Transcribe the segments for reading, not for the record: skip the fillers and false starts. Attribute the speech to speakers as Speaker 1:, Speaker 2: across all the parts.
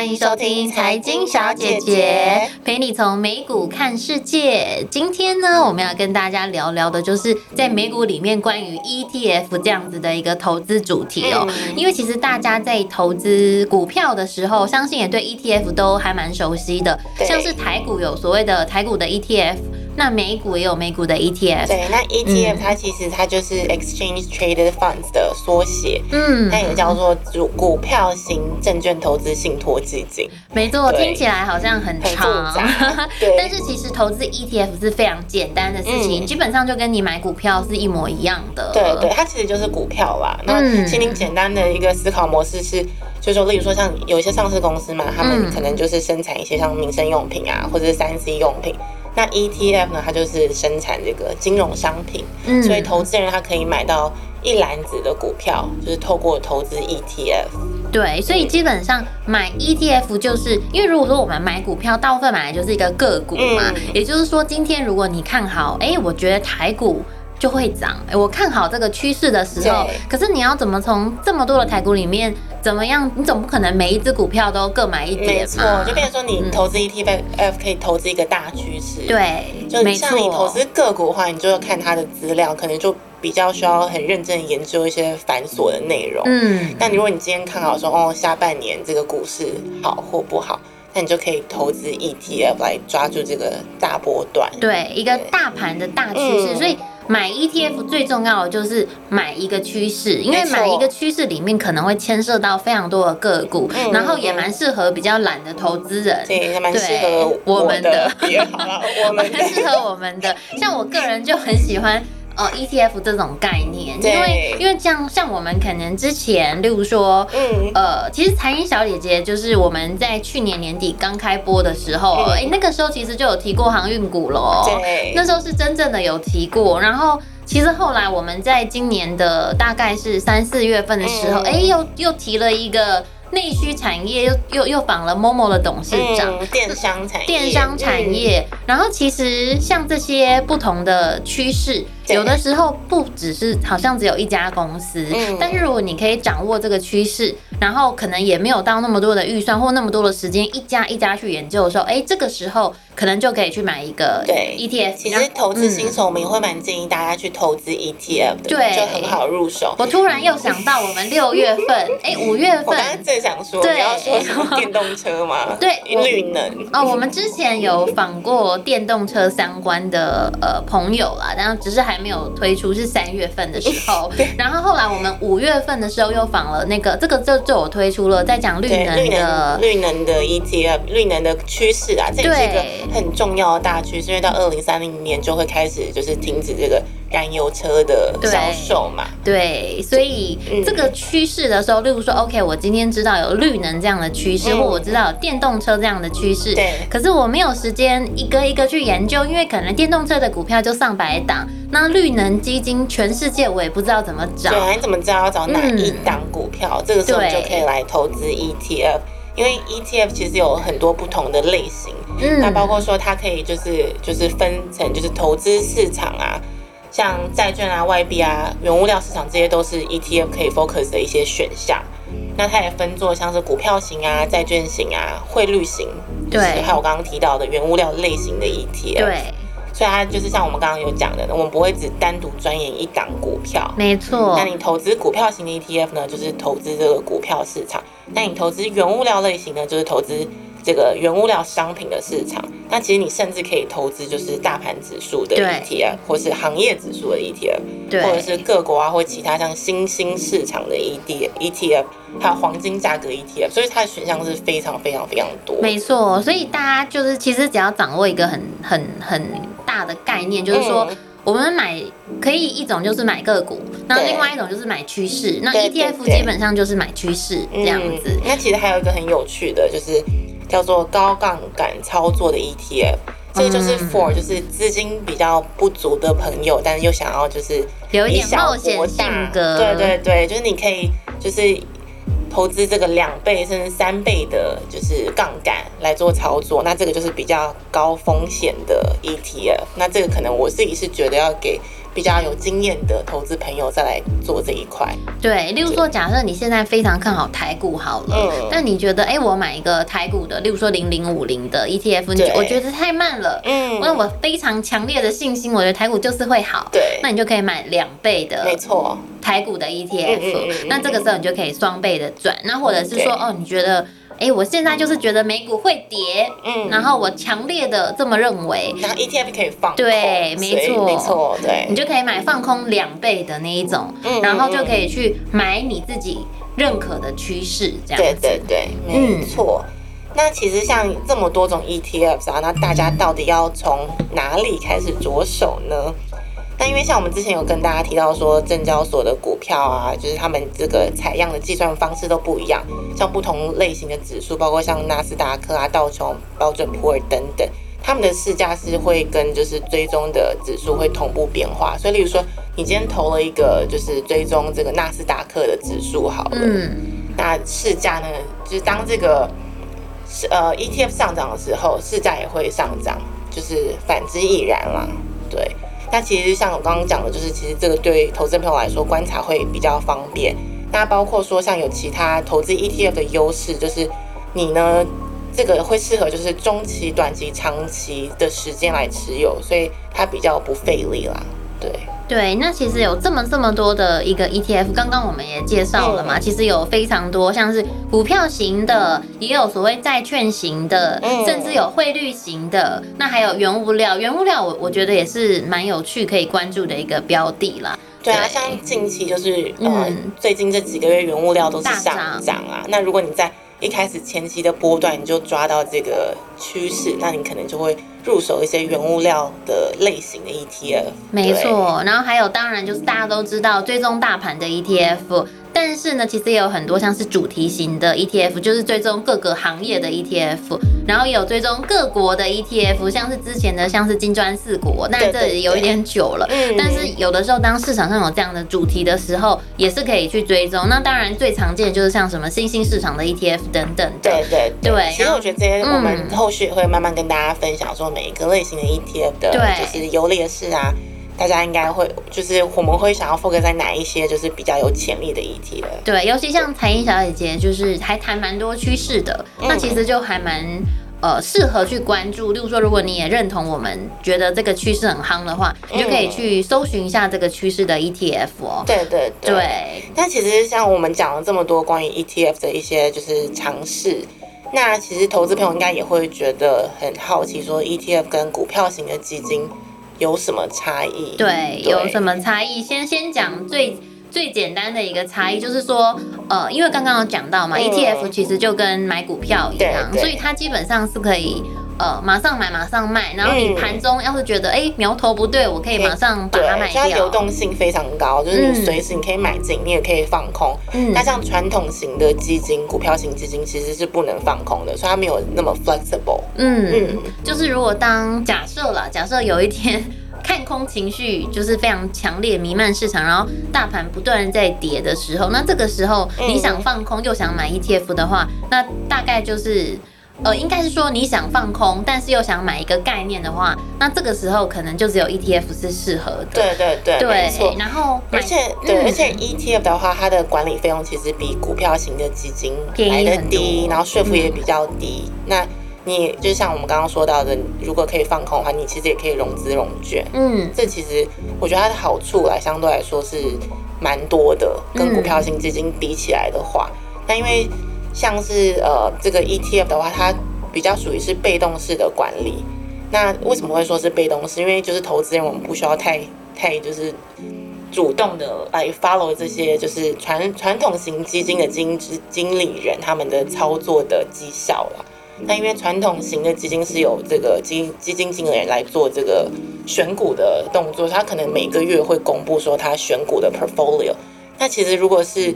Speaker 1: 迎收听财经小姐姐，陪你从美股看世界。今天呢，我们要跟大家聊聊的就是在美股里面关于 ETF 这样子的一个投资主题哦。因为其实大家在投资股票的时候，相信也对 ETF 都还蛮熟悉的，像是台股有所谓的台股的 ETF。那美股也有美股的 ETF，
Speaker 2: 对，那 ETF 它其实它就是 Exchange Traded Funds 的缩写，它也叫做股票型证券投资信托基金。
Speaker 1: 没错，听起来好像很长，
Speaker 2: 对，
Speaker 1: 但是其实投资 ETF 是非常简单的事情，基本上就跟你买股票是一模一样的。
Speaker 2: 对对，它其实就是股票啦。那其实简单的一个思考模式是，就是说，例如说像有一些上市公司嘛，他们可能就是生产一些像民生用品啊，或者是3C 用品。那 ETF 呢，它就是生产这个金融商品，所以投资人他可以买到一篮子的股票，就是透过投资 ETF。
Speaker 1: 对，所以基本上买 ETF 就是因为如果说我们买股票，大部分买来就是一个个股嘛，也就是说今天如果你看好，我觉得台股就会涨，我看好这个趋势的时候，可是你要怎么从这么多的台股里面怎么样？你总不可能每一只股票都各买一点嘛。
Speaker 2: 没错，就变成说你投资 ETF 可以投资一个大趋势。
Speaker 1: 对，
Speaker 2: 就像你投资个股的话，你就要看它的资料，可能就比较需要很认真研究一些繁琐的内容。但如果你今天看好说下半年这个股市好或不好，那你就可以投资 ETF 来抓住这个大波段。
Speaker 1: 对，一个大盘的大趋势，所以买 ETF 最重要的就是买一个趋势，因为买一个趋势里面可能会牵涉到非常多的个股，然后也蛮适合比较懒的投资人，
Speaker 2: 对，还蛮适合我们的，也好了，我们
Speaker 1: 蛮适合我们的。像我个人就很喜欢ETF 这种概念，因为像我们可能之前，例如说，其实财经小姐姐就是我们在去年年底刚开播的时候，那个时候其实就有提过航运股咯，
Speaker 2: 对，
Speaker 1: 那时候是真正的有提过，然后。其实后来我们在今年的大概是3、4月份的时候，又提了一个内需产业，又访了 Momo 的董事长，
Speaker 2: 电商
Speaker 1: 产业。然后其实像这些不同的趋势，有的时候不只是好像只有一家公司，但是如果你可以掌握这个趋势，然后可能也没有到那么多的预算或那么多的时间，一家一家去研究的时候，这个时候可能就可以去买一个 ETF。
Speaker 2: 其实投资新手我们也会蛮建议大家去投资 ETF 的，
Speaker 1: 对，
Speaker 2: 就很好入手。
Speaker 1: 我突然又想到我们6月份，5月份，
Speaker 2: 我刚刚正想说，你要说什么电动车吗？
Speaker 1: 对，
Speaker 2: 绿能。
Speaker 1: 我们之前有访过电动车相关的朋友啦，然后只是还没有推出，是3月份的时候。然后后来我们5月份的时候又访了这个就有推出了，在讲绿能
Speaker 2: 的 ETF， 绿能的趋势啊，这也是一个很重要的大趋势，因为到2030年就会开始就是停止这个燃油车的销售嘛。
Speaker 1: 对，所以这个趋势的时候，例如说 ，OK， 我今天知道有绿能这样的趋势，或我知道有电动车这样的趋势，
Speaker 2: 对。
Speaker 1: 可是我没有时间一个一个去研究，因为可能电动车的股票就上百档，那绿能基金全世界我也不知道怎么找。
Speaker 2: 对，你怎么知道要找哪一档股票？这个时候你就可以来投资 ETF。因为 ETF 其实有很多不同的类型，那包括说它可以就是分成就是投资市场啊，像债券啊、外币啊、原物料市场，这些都是 ETF 可以 focus 的一些选项。那它也分作像是股票型啊、债券型啊、汇率型，对，还有我刚刚提到的原物料类型的 ETF。
Speaker 1: 对。
Speaker 2: 所以它就是像我们刚刚有讲的，我们不会只单独钻研一档股票，
Speaker 1: 没错。
Speaker 2: 那你投资股票型的 ETF 呢，就是投资这个股票市场；那你投资原物料类型呢，就是投资这个原物料商品的市场。那其实你甚至可以投资就是大盘指数的 ETF， 或是行业指数的 ETF， 或者是各国啊或其他像新兴市场的 ETF， 还有黄金价格 ETF， 所以它的选项是非常非常非常多。
Speaker 1: 没错，所以大家就是其实只要掌握一个很大的概念，就是说我们可以一种就是买个股，那另外一种就是买趋势。那 ETF 基本上就是买趋势这样子。
Speaker 2: 那其实还有一个很有趣的，就是叫做高杠杆操作的 ETF。这个就是 for 就是资金比较不足的朋友，但是又想要就是
Speaker 1: 有一点冒险性格。
Speaker 2: 对对对，就是你可以就是投资这个2倍甚至3倍的，就是杠杆来做操作，那这个就是比较高风险的 ETF。那这个可能我自己是觉得要给比比较有经验的投资朋友再来做这一块。
Speaker 1: 对，例如说，假设你现在非常看好台股好了，但你觉得，我买一个台股的，例如说0050的 ETF， 我觉得太慢了，那我非常强烈的信心，我觉得台股就是会好，
Speaker 2: 对，
Speaker 1: 那你就可以买2倍的，
Speaker 2: 没错，
Speaker 1: 台股的 ETF，那这个时候你就可以双倍的赚。那或者是说，你觉得，我现在就是觉得美股会跌，然后我强烈的这么认为，
Speaker 2: 然后 ETF 可以放空，
Speaker 1: 对，没错，
Speaker 2: 对，
Speaker 1: 你就可以买放空2倍的那一种，然后就可以去买你自己认可的趋势，这样子，
Speaker 2: 对，没错。那其实像这么多种 ETFs 啊，那大家到底要从哪里开始着手呢？那因为像我们之前有跟大家提到说，证交所的股票啊，就是他们这个采样的计算方式都不一样，像不同类型的指数，包括像纳斯达克啊、道琼、标准普尔等等，他们的市价是会跟就是追踪的指数会同步变化。所以，例如说，你今天投了一个就是追踪这个纳斯达克的指数好了，那市价呢，就是当这个ETF 上涨的时候，市价也会上涨，就是反之亦然啦，对。那其实像我刚刚讲的，就是其实这个对投资朋友来说观察会比较方便。那包括说像有其他投资 ETF 的优势，就是你呢这个会适合就是中期、短期、长期的时间来持有，所以它比较不费力啦，对。
Speaker 1: 对，那其实有这么多的一个 ETF， 刚刚我们也介绍了嘛，其实有非常多，像是股票型的，也有所谓债券型的，甚至有汇率型的，那还有原物料，我觉得也是蛮有趣可以关注的一个标的啦。
Speaker 2: 对啊，像近期就是最近这几个月原物料都是上涨啊，那如果你在一开始前期的波段你就抓到这个趋势，那你可能就会入手一些原物料的类型的 ETF。
Speaker 1: 没错，然后还有当然就是大家都知道追踪大盘的 ETF， 但是呢，其实也有很多像是主题型的 ETF， 就是追踪各个行业的 ETF， 然后也有追踪各国的 ETF， 像是之前的像是金砖4国，但这有一点久了。但是有的时候当市场上有这样的主题的时候，也是可以去追踪。那当然最常见的就是像什么新兴市场的 ETF 等等的。对。
Speaker 2: 其实我觉得这些我们后续也会慢慢跟大家分享，说每一个类型的 ETF 的就是优劣势啊。大家应该会，就是我们会想要 focus 在哪一些就是比较有潜力的议题的。
Speaker 1: 对，尤其像财经小姐姐，就是还谈蛮多趋势的，那其实就还蛮适合去关注。例如说，如果你也认同我们觉得这个趋势很夯的话，你就可以去搜寻一下这个趋势的 ETF 哦。
Speaker 2: 对。但其实像我们讲了这么多关于 ETF 的一些就是尝试，那其实投资朋友应该也会觉得很好奇，说 ETF 跟股票型的基金有什么差异？
Speaker 1: 对，有什么差异？先讲最简单的一个差异，就是说，因为刚刚有讲到嘛，ETF 其实就跟买股票一样，所以它基本上是可以马上买马上卖，然后你盘中要是觉得苗头不对，我可以马上把它卖掉。
Speaker 2: 它流动性非常高，就是你随时你可以买进，你也可以放空。那像传统型的基金、股票型基金其实是不能放空的，所以它没有那么 flexible。
Speaker 1: 就是如果假设有一天看空情绪就是非常强烈弥漫市场，然后大盘不断在跌的时候，那这个时候你想放空又想买 ETF 的话，那大概就是应该是说你想放空，但是又想买一个概念的话，那这个时候可能就只有 ETF 是适合的。
Speaker 2: 对，没错。
Speaker 1: 然后
Speaker 2: 而且 ETF 的话，它的管理费用其实比股票型的基金来得低，然后税负也比较低。那你就像我们刚刚说到的，如果可以放空的话，你其实也可以融资融券。这其实我觉得它的好处相对来说是蛮多的，跟股票型基金比起来的话，那因为像是这个 ETF 的话，它比较属于是被动式的管理。那为什么会说是被动式？因为就是投资人我们不需要太就是主动的来 follow 这些就是传统型基金的经理人他们的操作的绩效啦。那因为传统型的基金是有这个基金经理人来做这个选股的动作，他可能每个月会公布说他选股的 portfolio。那其实如果是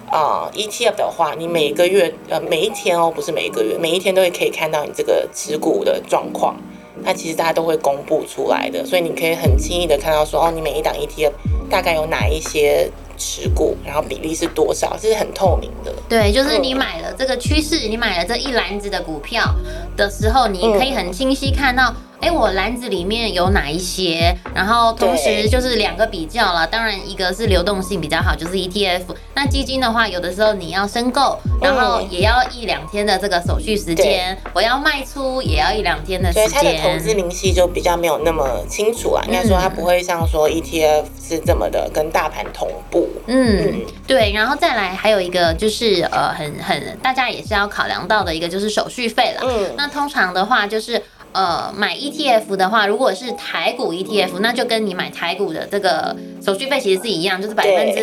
Speaker 2: ETF 的话，你每个月每一天不是每个月，每一天都可以看到你这个持股的状况。那其实大家都会公布出来的，所以你可以很轻易的看到说你每一档 ETF 大概有哪一些持股，然后比例是多少，这是很透明的。
Speaker 1: 对，就是你买了这个趋势，你买了这一篮子的股票的时候，你可以很清晰看到我篮子里面有哪一些，然后同时就是2个比较啦。当然一个是流动性比较好，就是 ETF。那基金的话，有的时候你要申购，然后也要1-2天的这个手续时间，我要卖出也要1-2天的时间。
Speaker 2: 所以它的投资明细就比较没有那么清楚啊。应该说它不会像说 ETF 是这么的跟大盘同步。
Speaker 1: 对。然后再来还有一个就是大家也是要考量到的一个就是手续费啦。那通常的话就是买 ETF 的话，如果是台股 ETF， 那就跟你买台股的这个手续费其实是一样，就是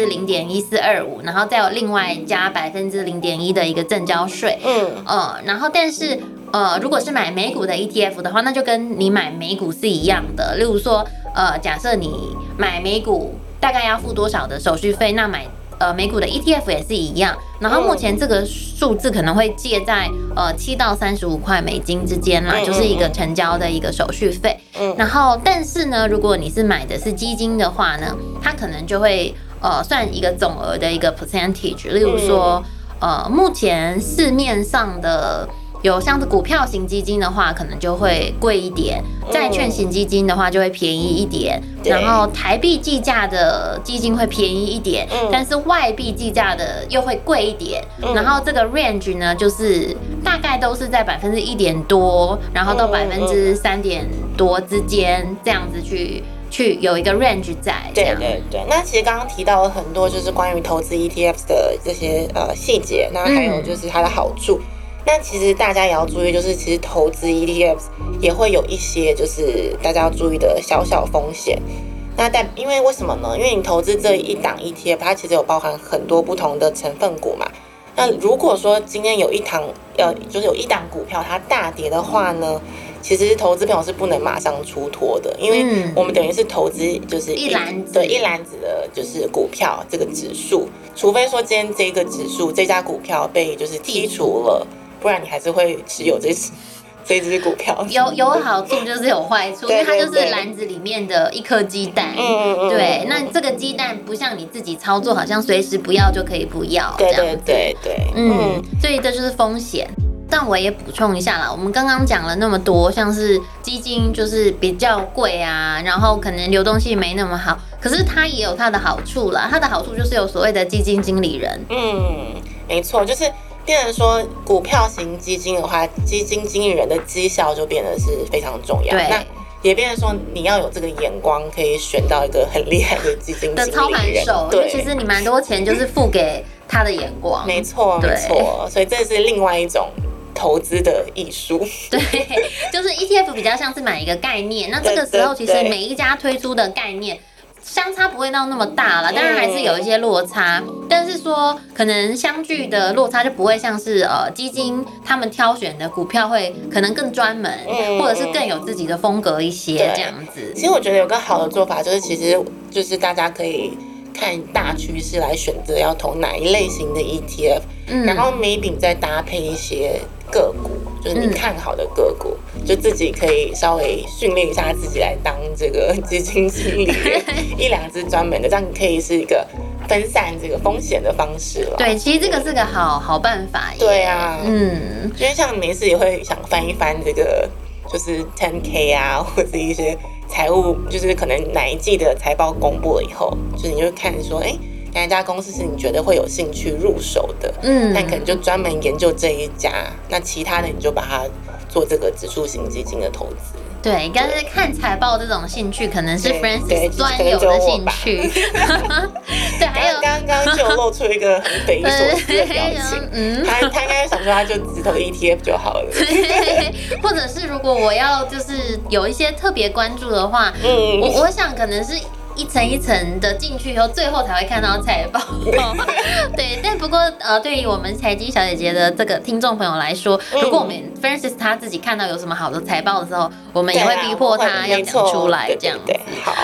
Speaker 1: 0.1425%，然后再有另外加0.1%的一个证交税。然后但是如果是买美股的 ETF 的话，那就跟你买美股是一样的。例如说假设你买美股大概要付多少的手续费，那买美股的 ETF 也是一样，然后目前这个数字可能会介在7到35块美金之间啦，就是一个成交的一个手续费。然后但是呢，如果你是买的是基金的话呢，它可能就会算一个总额的一个 percentage， 例如说目前市面上的有像是股票型基金的话，可能就会贵一点；债券型基金的话就会便宜一点。然后台币计价的基金会便宜一点，但是外币计价的又会贵一点。然后这个 range 呢，就是大概都是在1%点多，然后到3%点多之间这样子去有一个 range 在。
Speaker 2: 对。那其实刚刚提到了很多，就是关于投资 ETF 的这些细节，那还有就是它的好处。那其实大家也要注意，就是其实投资 ETF 也会有一些就是大家要注意的小风险。那因为为什么呢？因为你投资这一档 ETF， 它其实有包含很多不同的成分股嘛。那如果说今天就是有一档股票它大跌的话呢，其实投资朋友是不能马上出脱的，因为我们等于是投资就是一篮子的就是股票这个指数，除非说今天这个指数这家股票被就是剔除了。不然你还是会持有这只股票。有
Speaker 1: 好处就是有坏处，因为它就是篮子里面的一颗鸡蛋。对，那这个鸡蛋不像你自己操作，好像随时不要就可以不要。
Speaker 2: 对。
Speaker 1: 所以这就是风险。但我也补充一下啦，我们刚刚讲了那么多，像是基金就是比较贵啊，然后可能流动性没那么好，可是它也有它的好处啦。它的好处就是有所谓的基金经理人。
Speaker 2: 没错，就是。变成说股票型基金的话，基金经理人的绩效就变得是非常重要。那也变成说你要有这个眼光，可以选到一个很厉害的基金经理人的
Speaker 1: 操盘手。对，其实你蛮多钱就是付给他的眼光。
Speaker 2: 没错。所以这是另外一种投资的艺术。
Speaker 1: 对，就是 ETF 比较像是买一个概念。那这个时候其实每一家推出的概念。相差不会到那么大了，当然还是有一些落差，但是说可能相距的落差就不会像是基金他们挑选的股票会可能更专门，或者是更有自己的风格一些这样子。
Speaker 2: 其实我觉得有个好的做法就是，其实就是大家可以看大趋势来选择要投哪一类型的 ETF，然后 maybe 再搭配一些个股，就是你看好的个股，就自己可以稍微训练一下自己来当这个基金经理人，1-2只专门的，这样你可以是一个分散这个风险的方式了。
Speaker 1: 对，其实这个是个好办法耶。
Speaker 2: 对啊，因为像每次也会想翻一翻这个，就是 10K 啊，或者一些财务，就是可能哪一季的财报公布了以后，就是你就看说，哪一家公司是你觉得会有兴趣入手的，那你可能就专门研究这一家，那其他的你就把它做这个指数型基金的投资。
Speaker 1: 对，但是看财报这种兴趣可能是 Francis 专有的兴趣。对，还有
Speaker 2: 刚刚就露出一个很匪夷所思的表情。他应该想说他就只投 ETF 就好了。
Speaker 1: 或者是如果我要就是有一些特别关注的话，我想可能是。一层一层的进去以后，最后才会看到财报。对，但不过对于我们财经小姐姐的这个听众朋友来说，如果我们 Francis 他自己看到有什么好的财报的时候，我们也会逼迫他要讲出来，这样子。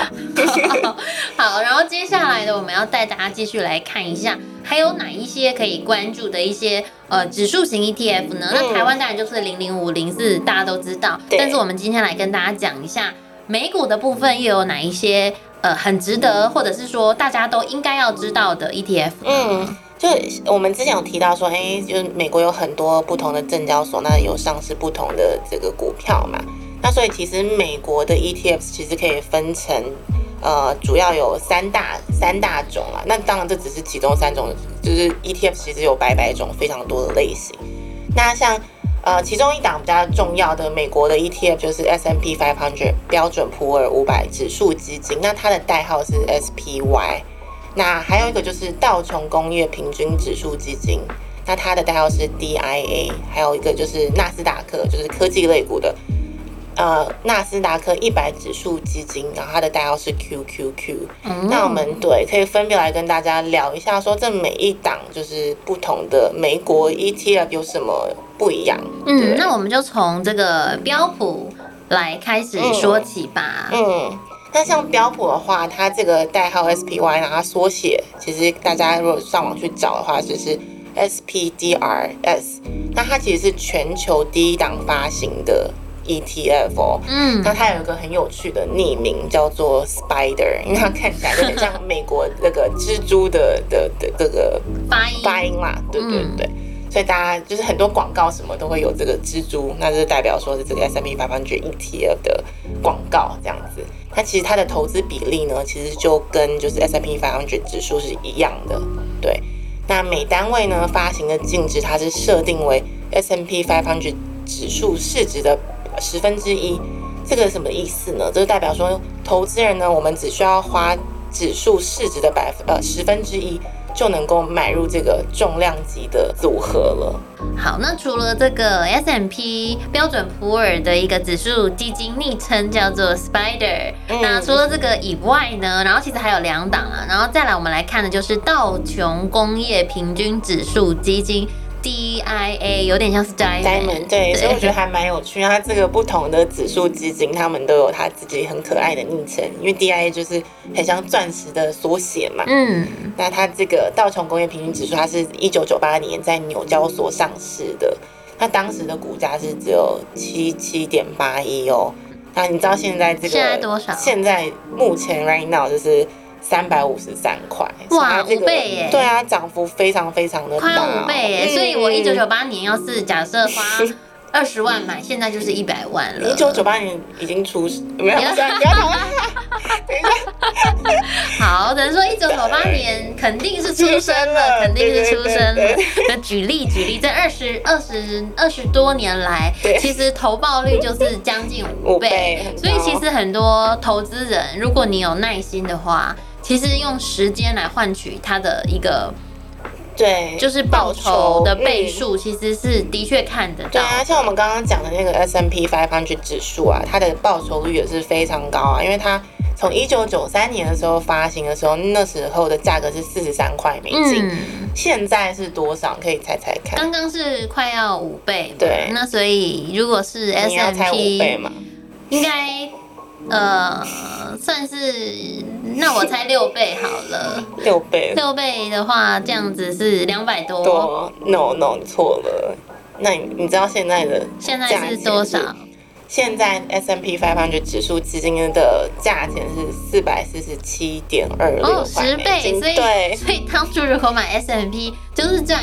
Speaker 1: 好，然后接下来的我们要带大家继续来看一下，还有哪一些可以关注的一些指数型 ETF 呢？那台湾当然就是005、04，大家都知道。但是我们今天来跟大家讲一下美股的部分，又有哪一些很值得，或者是说大家都应该要知道的 ETF。
Speaker 2: 就我们之前有提到说，就是美国有很多不同的证交所，那有上市不同的这个股票嘛。 那所以其实美国的 ETF 其实可以分成主要有三大种啦。那当然这只是其中3种，就是 ETF 其实有百种非常多的类型。那像其中一档比较重要的美国的 ETF 就是 S&P 500标准普尔500指数基金，那它的代号是 SPY。那还有一个就是道琼工业平均指数基金，那它的代号是 DIA。还有一个就是纳斯达克，就是科技类股的纳斯达克100指数基金，然后它的代号是 QQQ。那我们可以分别来跟大家聊一下，说这每一档就是不同的美国 ETF 有什么不一样。
Speaker 1: 那我们就从这个标普来开始说起吧。
Speaker 2: 那像标普的话，它这个代号 SPY， 然后它缩写，其实大家如果上网去找的话，就是 SPDRs。那它其实是全球第一档发行的 ETF 哦。那它有一个很有趣的匿名，叫做 Spider， 因为它看起来就很像美国那个蜘蛛的这个发音啦。对。所以大家就是很多广告什么都会有这个蜘蛛，那就是代表说是这个 S&P 500 ETF 的广告这样子。那其实它的投资比例呢，其实就跟就是 S&P 500指数是一样的。对，那每单位呢发行的净值，它是设定为 S&P 500指数市值的1/10。这个什么意思呢？这就代表说，投资人呢，我们只需要花指数市值的1/10。就能够买入这个重量级的组合了。
Speaker 1: 好，那除了这个 S&P 标准普尔的一个指数基金，昵称叫做 Spider，那除了这个以外呢，然后其实还有2档啊，然后再来我们来看的就是道琼工业平均指数基金。DIA 有点像是 Diamond，
Speaker 2: 对，所以我觉得还蛮有趣。它这个不同的指数基金，他们都有它自己很可爱的昵称，因为 DIA 就是很像钻石的缩写嘛。那它这个道琼工业平均指数，它是1998年在纽交所上市的，那当时的股价是只有77.81哦。那你知道现在这个
Speaker 1: 现在多少？
Speaker 2: 现在目前 right now 就是353块，
Speaker 1: 哇，5倍耶！
Speaker 2: 对啊，涨幅非常非常的大，
Speaker 1: 快要5倍耶！所以我1998年要是假设花20万买，现在就是100万了。
Speaker 2: 1998年已经出没有？不要讨论。等一下，
Speaker 1: 好，等于说1998年肯定是出生了，肯定是出生了。那举例，在20多年来，其实投报率就是将近5倍，所以其实很多投资人，如果你有耐心的话，其实用时间来换取它的一个。
Speaker 2: 对，
Speaker 1: 就是报酬的倍数，其实是的确看得到。
Speaker 2: 对啊，像我们刚刚讲的那个 S&P 500指数啊，它的报酬率也是非常高啊，因为它从1993年的时候发行的时候，那时候的价格是43块美金，现在是多少？可以猜猜看。
Speaker 1: 刚刚是快要5倍，
Speaker 2: 对。
Speaker 1: 那所以如果是 S&P，
Speaker 2: 你要猜5倍吗？
Speaker 1: 应该。算是，那我猜6倍好了。
Speaker 2: 6倍
Speaker 1: 的话，这样子是200多。
Speaker 2: No， 你错了。那你知道现在
Speaker 1: 是多少？
Speaker 2: 现在 S&P 500指数基金的价钱是447.26块美金，
Speaker 1: 10倍，所以当初如果买 S&P 就是赚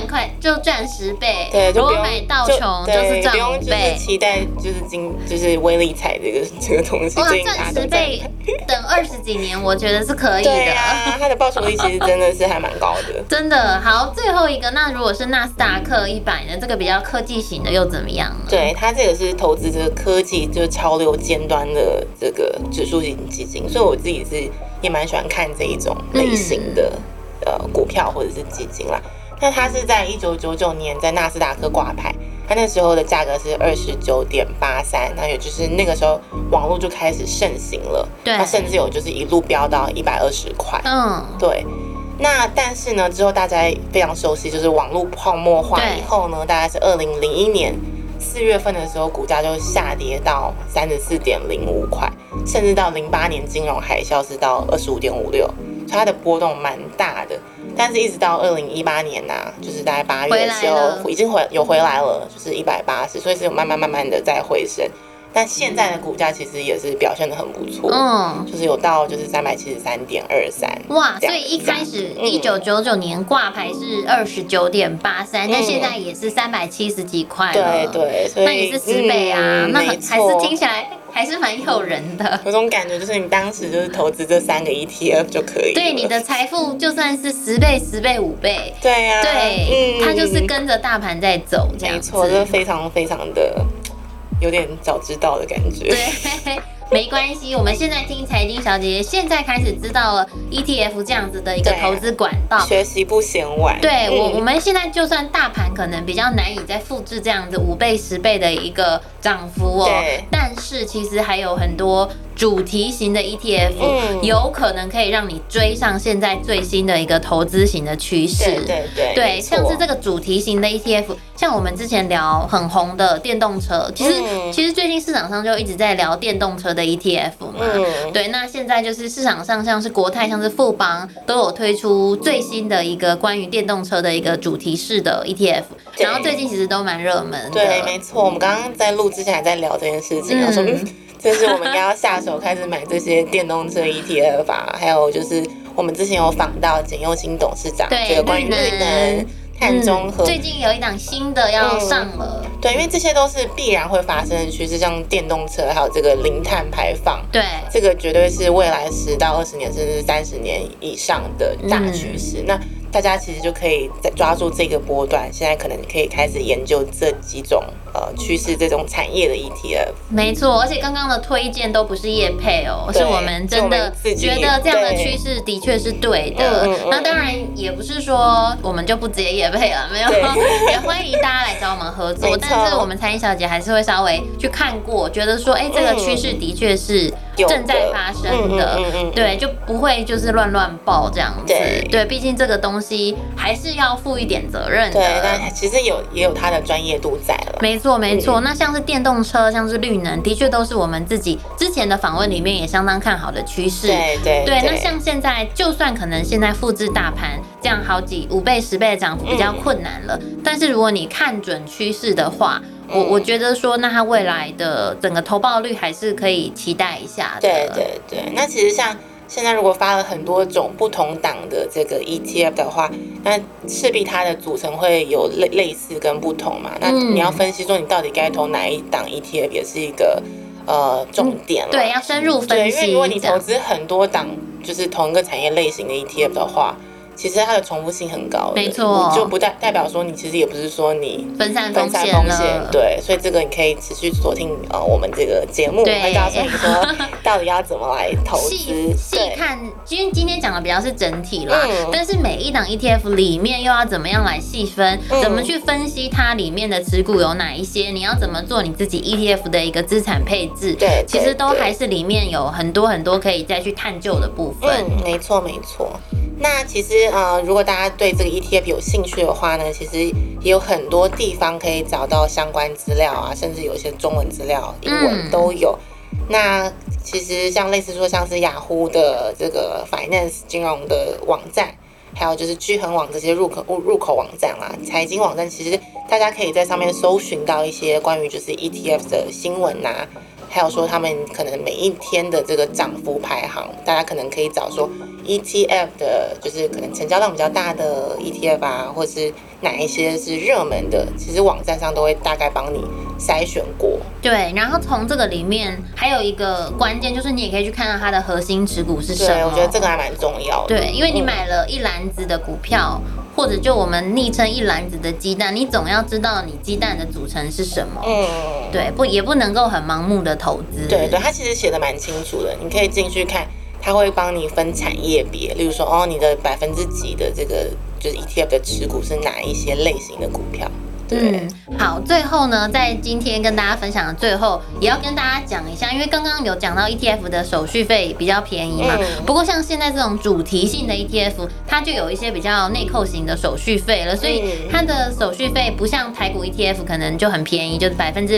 Speaker 1: 10倍，
Speaker 2: 对，
Speaker 1: 如果买道琼就是赚5倍，
Speaker 2: 不用期待就是威力彩这个东西，
Speaker 1: 哇，赚10倍等20几年，我觉得是可以的。
Speaker 2: 对啊，它的报酬率其实真的是还蛮高的，
Speaker 1: 真的。好，最后一个，那如果是纳斯达克100呢？这个比较科技型的又怎么样呢？
Speaker 2: 对，它这个是投资这个科技。就是潮流尖端的这个指数型基金，所以我自己也蛮喜欢看这一种类型的股票或者是基金啦。那它是在1999年在纳斯达克挂牌，它那时候的价格是29.83，那也就是那个时候网络就开始盛行了，它甚至有就是一路飙到120块。对。那但是呢，之后大家非常熟悉，就是网络泡沫化以后呢，大概是2001年。4月份的时候，股价就下跌到34.05块，甚至到08年金融海啸是到25.56，所以它的波动蛮大的。但是一直到2018年就是大概8月的时候，已经回来了，就是180，所以是有慢慢的在回升。 但现在的股价其实也是表现得很不错，就是有到就是373.23。
Speaker 1: 哇，所以一开始1999年挂牌是29.83，但现在也是370几块了。
Speaker 2: 对，所以
Speaker 1: 那也是10倍啊，那还是听起来还是蛮诱人的。
Speaker 2: 有种感觉就是你当时就是投资这3个 ETF 就可以了。
Speaker 1: 对，你的财富就算是10倍、10倍、5倍。
Speaker 2: 对啊，
Speaker 1: 对，它就是跟着大盘在走，这样子。
Speaker 2: 没错，这非常非常的有点早知道的感觉。
Speaker 1: 对。没关系，我们现在听财经小姐姐，现在开始知道了 ETF 这样子的一个投资管道，
Speaker 2: 学习不嫌晚。
Speaker 1: 对，我们现在就算大盘可能比较难以再复制这样子5倍、10倍的一个涨幅哦，但是其实还有很多主题型的 ETF，有可能可以让你追上现在最新的一个投资型的趋势。对，像是这个主题型的 ETF， 像我们之前聊很红的电动车，其实最近市场上就一直在聊电动车的 ETF 嘛。对，那现在就是市场上像是国泰、像是富邦都有推出最新的一个关于电动车的一个主题式的 ETF， 然后最近其实都蛮热门的。
Speaker 2: 对，没错，我们刚刚在录之前还在聊这件事情，我说就是我们应该要下手开始买这些电动车 ETF 啊，还有就是我们之前有访到简佑新董事长，这个关于绿能、碳中和，
Speaker 1: 最近有一档新的要上了。
Speaker 2: 对，因为这些都是必然会发生的趋势，像电动车还有这个零碳排放，
Speaker 1: 对，
Speaker 2: 这个绝对是未来10到20年甚至30年以上的大趋势。那大家其实就可以再抓住这个波段，现在可能可以开始研究这几种趋势这种产业的 ETF。
Speaker 1: 没错，而且刚刚的推荐都不是业配哦，是我们真的觉得这样的趋势的确是对的。那当然也不是说我们就不直接业配了，没有，也欢迎大家来找我们合作。但是我们财经小姐还是会稍微去看过，觉得说，这个趋势的确是正在发生的，对，就不会就是乱报这样子。对，毕竟这个东西还是要负一点责任的。
Speaker 2: 对，但其实也有它的专业度在了。
Speaker 1: 没错。那像是电动车，像是绿能，的确都是我们自己之前的访问里面也相当看好的趋势。对，那像现在，就算可能现在复制大盘这样5倍、10倍的涨幅比较困难了，但是如果你看准趋势的话，我觉得说，那它未来的整个投报率还是可以期待一下的。
Speaker 2: 对，那其实像现在如果发了很多种不同档的这个 ETF 的话，那势必它的组成会有类似跟不同嘛。那你要分析说你到底该投哪一档 ETF 也是一个重点了。
Speaker 1: 对，要深入分析。
Speaker 2: 因为如果你投资很多档就是同一个产业类型的 ETF 的话，其实它的重复性很高，
Speaker 1: 没错，
Speaker 2: 就不代表说你其实也不是说你
Speaker 1: 分散风险
Speaker 2: 对，所以这个你可以持续锁定我们这个节目，会告诉你说到底要怎么来投资。
Speaker 1: 细看，因为今天讲的比较是整体啦，但是每一档 ETF 里面又要怎么样来细分，怎么去分析它里面的持股有哪一些，你要怎么做你自己 ETF 的一个资产配置，
Speaker 2: 对，
Speaker 1: 其实都还是里面有很多可以再去探究的部分。
Speaker 2: 没错。那其实如果大家对这个 ETF 有兴趣的话呢，其实也有很多地方可以找到相关资料啊，甚至有一些中文资料、英文都有。那其实像类似说像是雅虎的这个 Finance 金融的网站，还有就是聚恒网这些入口网站啦，财经网站，其实大家可以在上面搜寻到一些关于就是 ETF 的新闻啊，还有说他们可能每一天的这个涨幅排行，大家可能可以找说 ETF 的，就是可能成交量比较大的 ETF 啊，或是哪一些是热门的，其实网站上都会大概帮你筛选过。
Speaker 1: 对，然后从这个里面还有一个关键，就是你也可以去看到它的核心持股是什么。
Speaker 2: 对，我觉得这个还蛮重要的。
Speaker 1: 对，因为你买了一篮子的股票，或者就我们昵称一篮子的鸡蛋，你总要知道你鸡蛋的组成是什么。对，也不能够很盲目的投资。
Speaker 2: 对，它其实写的蛮清楚的，你可以进去看，它会帮你分产业别，例如说你的几% 的这个就是 ETF 的持股是哪一些类型的股票。
Speaker 1: 好，最后呢，在今天跟大家分享的最后，也要跟大家讲一下，因为刚刚有讲到 ETF 的手续费比较便宜嘛，不过像现在这种主题性的 ETF， 它就有一些比较内扣型的手续费了，所以它的手续费不像台股 ETF 可能就很便宜，就是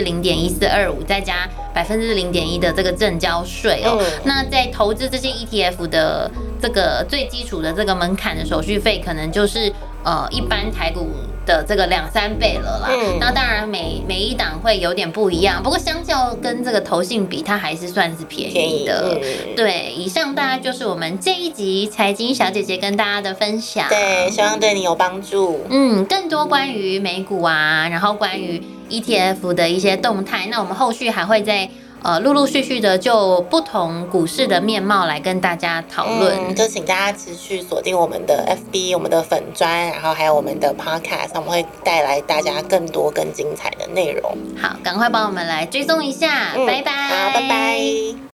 Speaker 1: 0.1425%再加0.1%的这个证交税哦。那在投资这些 ETF 的这个最基础的这个门槛的手续费，可能就是一般台股的这个2-3倍了啦。那当然每一档会有点不一样，不过相较跟这个投信比，它还是算是便宜的。对，以上大概就是我们这一集财经小姐姐跟大家的分享。
Speaker 2: 对，希望对你有帮助。
Speaker 1: 更多关于美股啊，然后关于 ETF 的一些动态，那我们后续还会再陆陆续续的就不同股市的面貌来跟大家讨论。
Speaker 2: 就请大家持续锁定我们的 FB、我们的粉专，然后还有我们的 Podcast， 我们会带来大家更多更精彩的内容。
Speaker 1: 好，赶快帮我们来追踪一下，拜拜。
Speaker 2: 好，拜拜。